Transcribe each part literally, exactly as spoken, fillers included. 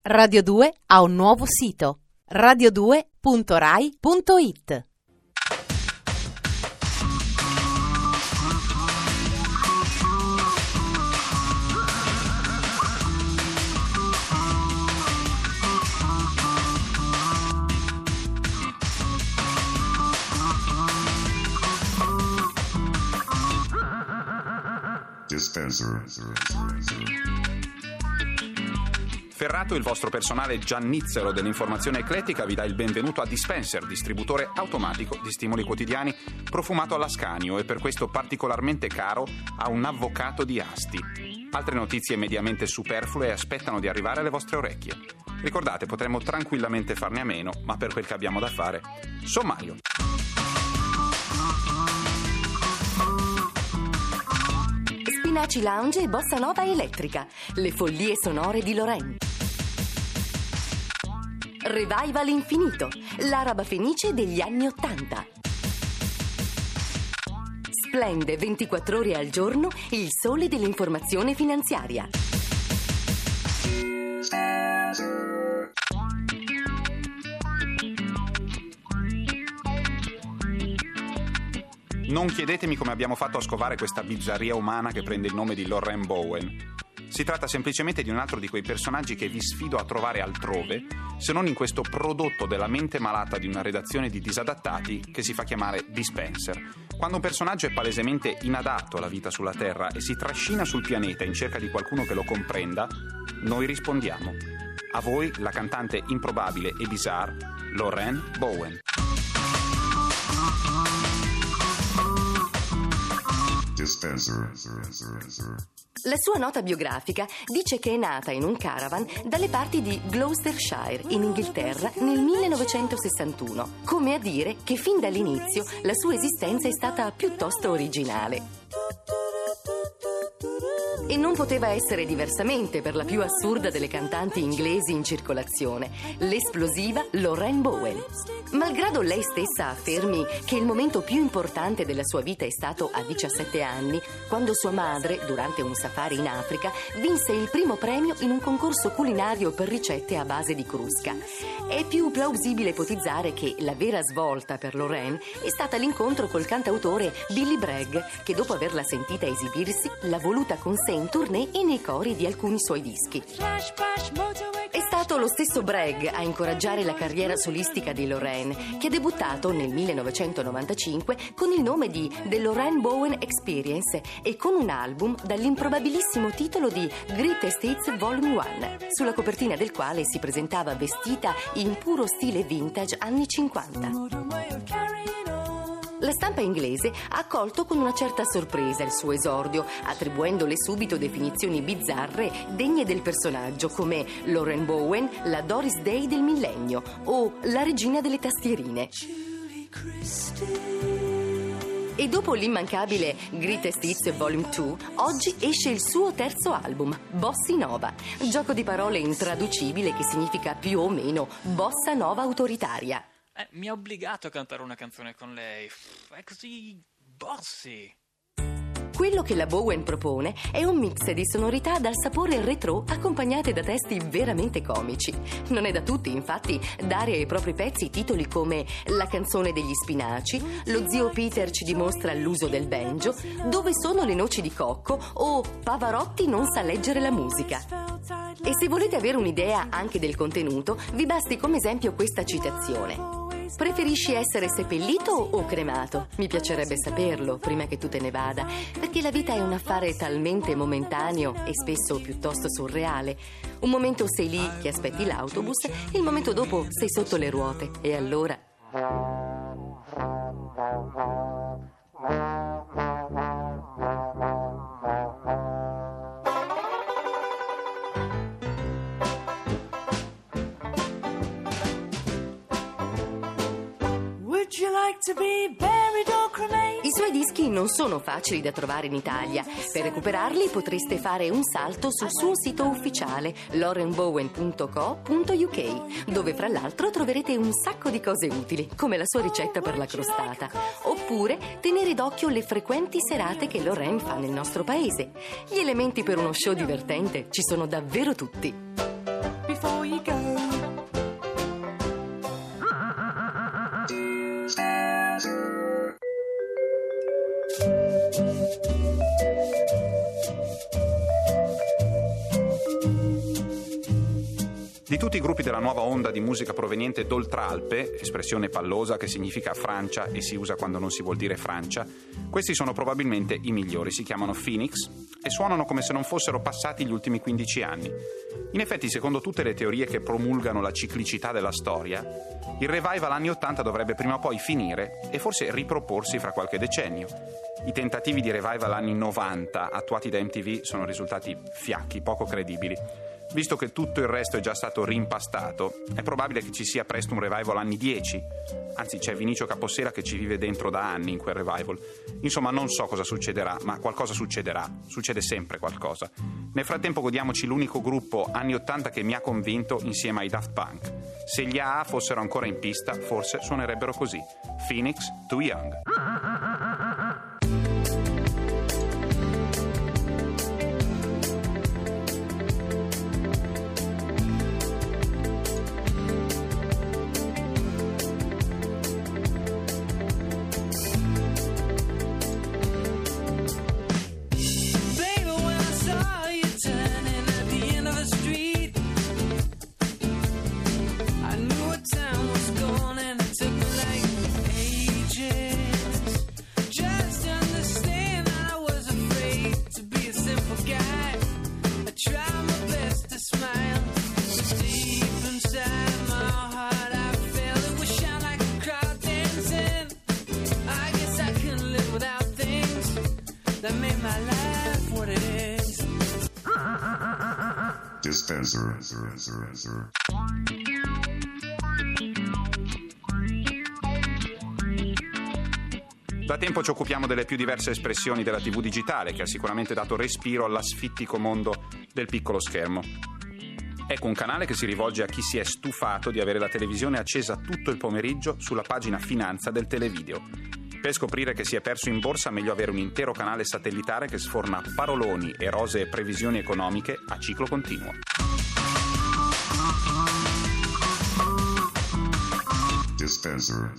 Radio due ha un nuovo sito: radio due punto rai punto it. Dispenser. Ferrato, il vostro personale giannizzero dell'informazione eclettica, vi dà il benvenuto a Dispenser, distributore automatico di stimoli quotidiani profumato all'ascanio e per questo particolarmente caro a un avvocato di Asti. Altre notizie mediamente superflue aspettano di arrivare alle vostre orecchie. Ricordate, potremmo tranquillamente farne a meno, ma per quel che abbiamo da fare, sommario. Spinaci Lounge e Bossa Nova Elettrica, le follie sonore di Lorraine. Revival Infinito, l'araba fenice degli anni Ottanta. Splende ventiquattro ore al giorno il sole dell'informazione finanziaria. Non chiedetemi come abbiamo fatto a scovare questa bizzarria umana che prende il nome di Lorraine Bowen. Si tratta semplicemente di un altro di quei personaggi che vi sfido a trovare altrove, se non in questo prodotto della mente malata di una redazione di disadattati che si fa chiamare Dispenser. Quando un personaggio è palesemente inadatto alla vita sulla Terra e si trascina sul pianeta in cerca di qualcuno che lo comprenda, noi rispondiamo. A voi la cantante improbabile e bizarre Lorraine Bowen. Dispenser. La sua nota biografica dice che è nata in un caravan dalle parti di Gloucestershire, in Inghilterra, nel millenovecentosessantuno, come a dire che fin dall'inizio la sua esistenza è stata piuttosto originale. E non poteva essere diversamente per la più assurda delle cantanti inglesi in circolazione, l'esplosiva Lorraine Bowen. Malgrado lei stessa affermi che il momento più importante della sua vita è stato a diciassette anni, quando sua madre, durante un safari in Africa, vinse il primo premio in un concorso culinario per ricette a base di crusca. È più plausibile ipotizzare che la vera svolta per Lorraine è stata l'incontro col cantautore Billy Bragg, che dopo averla sentita esibirsi l'ha voluta con sé in tournée e nei cori di alcuni suoi dischi. È stato lo stesso Bragg a incoraggiare la carriera solistica di Lorraine, che ha debuttato nel millenovecentonovantacinque con il nome di The Lorraine Bowen Experience e con un album dall'improbabilissimo titolo di Greatest Hits Volume uno, sulla copertina del quale si presentava vestita in puro stile vintage anni cinquanta. La stampa inglese ha accolto con una certa sorpresa il suo esordio, attribuendole subito definizioni bizzarre degne del personaggio come Lorraine Bowen, la Doris Day del millennio o la regina delle tastierine. E dopo l'immancabile Greatest Hits Volume due, oggi esce il suo terzo album, Bossa Nova, gioco di parole intraducibile che significa più o meno bossa nova autoritaria. Eh, mi ha obbligato a cantare una canzone con lei. È così bossy. Quello che la Bowen propone è un mix di sonorità dal sapore retro accompagnate da testi veramente comici. Non è da tutti, infatti, dare ai propri pezzi titoli come La canzone degli spinaci, Lo zio Peter ci dimostra l'uso del banjo, Dove sono le noci di cocco o Pavarotti non sa leggere la musica. E se volete avere un'idea anche del contenuto, vi basti come esempio questa citazione. Preferisci essere seppellito o cremato? Mi piacerebbe saperlo prima che tu te ne vada, perché la vita è un affare talmente momentaneo e spesso piuttosto surreale. Un momento sei lì che aspetti l'autobus e il momento dopo sei sotto le ruote. E allora... I suoi dischi non sono facili da trovare in Italia. Per recuperarli potreste fare un salto sul suo sito ufficiale lorraine bowen punto co punto u k, dove fra l'altro troverete un sacco di cose utili, come la sua ricetta per la crostata, oppure tenere d'occhio le frequenti serate che Lorraine fa nel nostro paese. Gli elementi per uno show divertente ci sono davvero tutti. before you go. Di tutti i gruppi della nuova onda di musica proveniente d'Oltralpe, espressione pallosa che significa Francia e si usa quando non si vuol dire Francia, questi sono probabilmente i migliori. Si chiamano Phoenix e suonano come se non fossero passati gli ultimi quindici anni. In effetti, secondo tutte le teorie che promulgano la ciclicità della storia, il revival anni ottanta dovrebbe prima o poi finire e forse riproporsi fra qualche decennio. I tentativi di revival anni novanta attuati da M T V sono risultati fiacchi, poco credibili. Visto che tutto il resto è già stato rimpastato, è probabile che ci sia presto un revival anni dieci. Anzi, c'è Vinicio Capossela che ci vive dentro da anni in quel revival. Insomma, non so cosa succederà, ma qualcosa succederà. Succede sempre qualcosa. Nel frattempo godiamoci l'unico gruppo anni ottanta che mi ha convinto insieme ai Daft Punk. Se gli A A fossero ancora in pista, forse suonerebbero così. Phoenix, Too Young. Dispenser. Da tempo ci occupiamo delle più diverse espressioni della tivù digitale, che ha sicuramente dato respiro all'asfittico mondo del piccolo schermo. Ecco un canale che si rivolge a chi si è stufato di avere la televisione accesa tutto il pomeriggio sulla pagina finanza del televideo. Per scoprire che si è perso in borsa, meglio avere un intero canale satellitare che sforna paroloni e rosee previsioni economiche a ciclo continuo. Dispenser.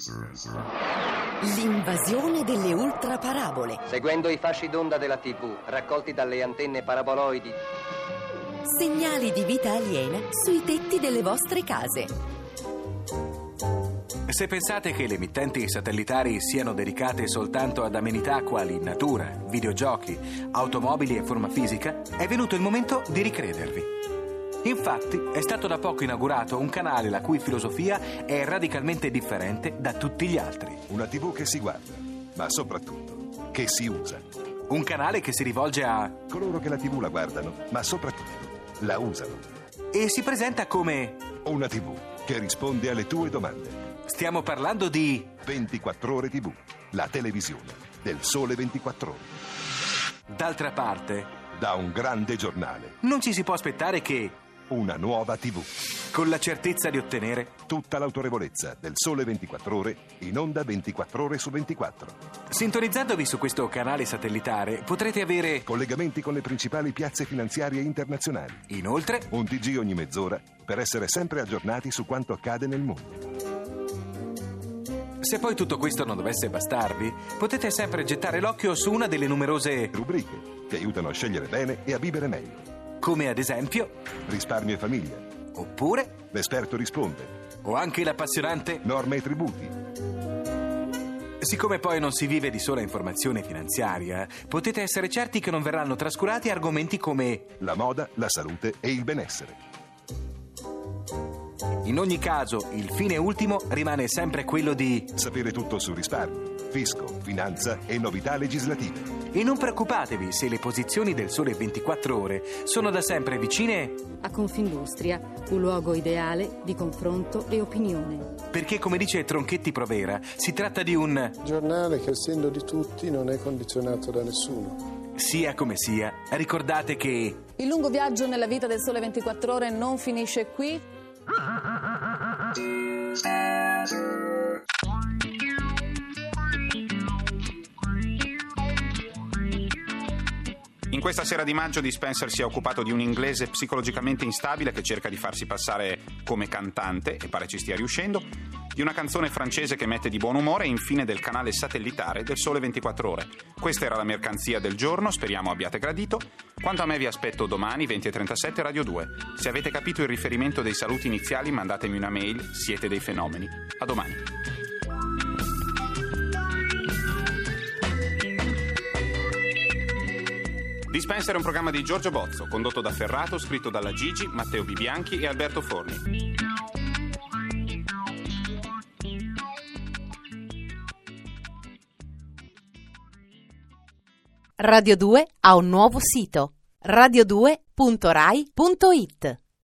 L'invasione delle ultraparabole. Seguendo i fasci d'onda della tivù, raccolti dalle antenne paraboloidi. Segnali di vita aliena sui tetti delle vostre case. Se pensate che le emittenti satellitari siano dedicate soltanto ad amenità quali natura, videogiochi, automobili e forma fisica, è venuto il momento di ricredervi. Infatti, è stato da poco inaugurato un canale la cui filosofia è radicalmente differente da tutti gli altri. Una tivù che si guarda, ma soprattutto che si usa. Un canale che si rivolge a coloro che la tivù la guardano, ma soprattutto la usano. E si presenta come una tivù che risponde alle tue domande. Stiamo parlando di ventiquattro ore tivù, la televisione del Sole ventiquattro Ore. D'altra parte, da un grande giornale, non ci si può aspettare che una nuova tivù, con la certezza di ottenere tutta l'autorevolezza del Sole ventiquattro Ore in onda ventiquattro ore su ventiquattro. Sintonizzandovi su questo canale satellitare potrete avere collegamenti con le principali piazze finanziarie internazionali. Inoltre, un T G ogni mezz'ora per essere sempre aggiornati su quanto accade nel mondo. Se poi tutto questo non dovesse bastarvi, potete sempre gettare l'occhio su una delle numerose rubriche che aiutano a scegliere bene e a vivere meglio. Come ad esempio Risparmio e famiglia, oppure L'esperto risponde, o anche l'appassionante Norme e tributi. Siccome poi non si vive di sola informazione finanziaria, potete essere certi che non verranno trascurati argomenti come la moda, la salute e il benessere. In ogni caso, il fine ultimo rimane sempre quello di sapere tutto su risparmio, fisco, finanza e novità legislative. E non preoccupatevi se le posizioni del Sole ventiquattro Ore sono da sempre vicine a Confindustria, un luogo ideale di confronto e opinione. Perché, come dice Tronchetti Provera, si tratta di un giornale che, essendo di tutti, non è condizionato da nessuno. Sia come sia, ricordate che il lungo viaggio nella vita del Sole ventiquattro Ore non finisce qui. In questa sera di maggio Dispenser si è occupato di un inglese psicologicamente instabile che cerca di farsi passare come cantante, e pare ci stia riuscendo, di una canzone francese che mette di buon umore e infine del canale satellitare del Sole ventiquattro Ore. Questa era la mercanzia del giorno, speriamo abbiate gradito. Quanto a me vi aspetto domani venti e trentasette Radio due. Se avete capito il riferimento dei saluti iniziali mandatemi una mail, siete dei fenomeni. A domani. Dispenser è un programma di Giorgio Bozzo, condotto da Ferrato, scritto dalla Gigi, Matteo Bibianchi e Alberto Forni. Radio due ha un nuovo sito, radio due punto rai punto it.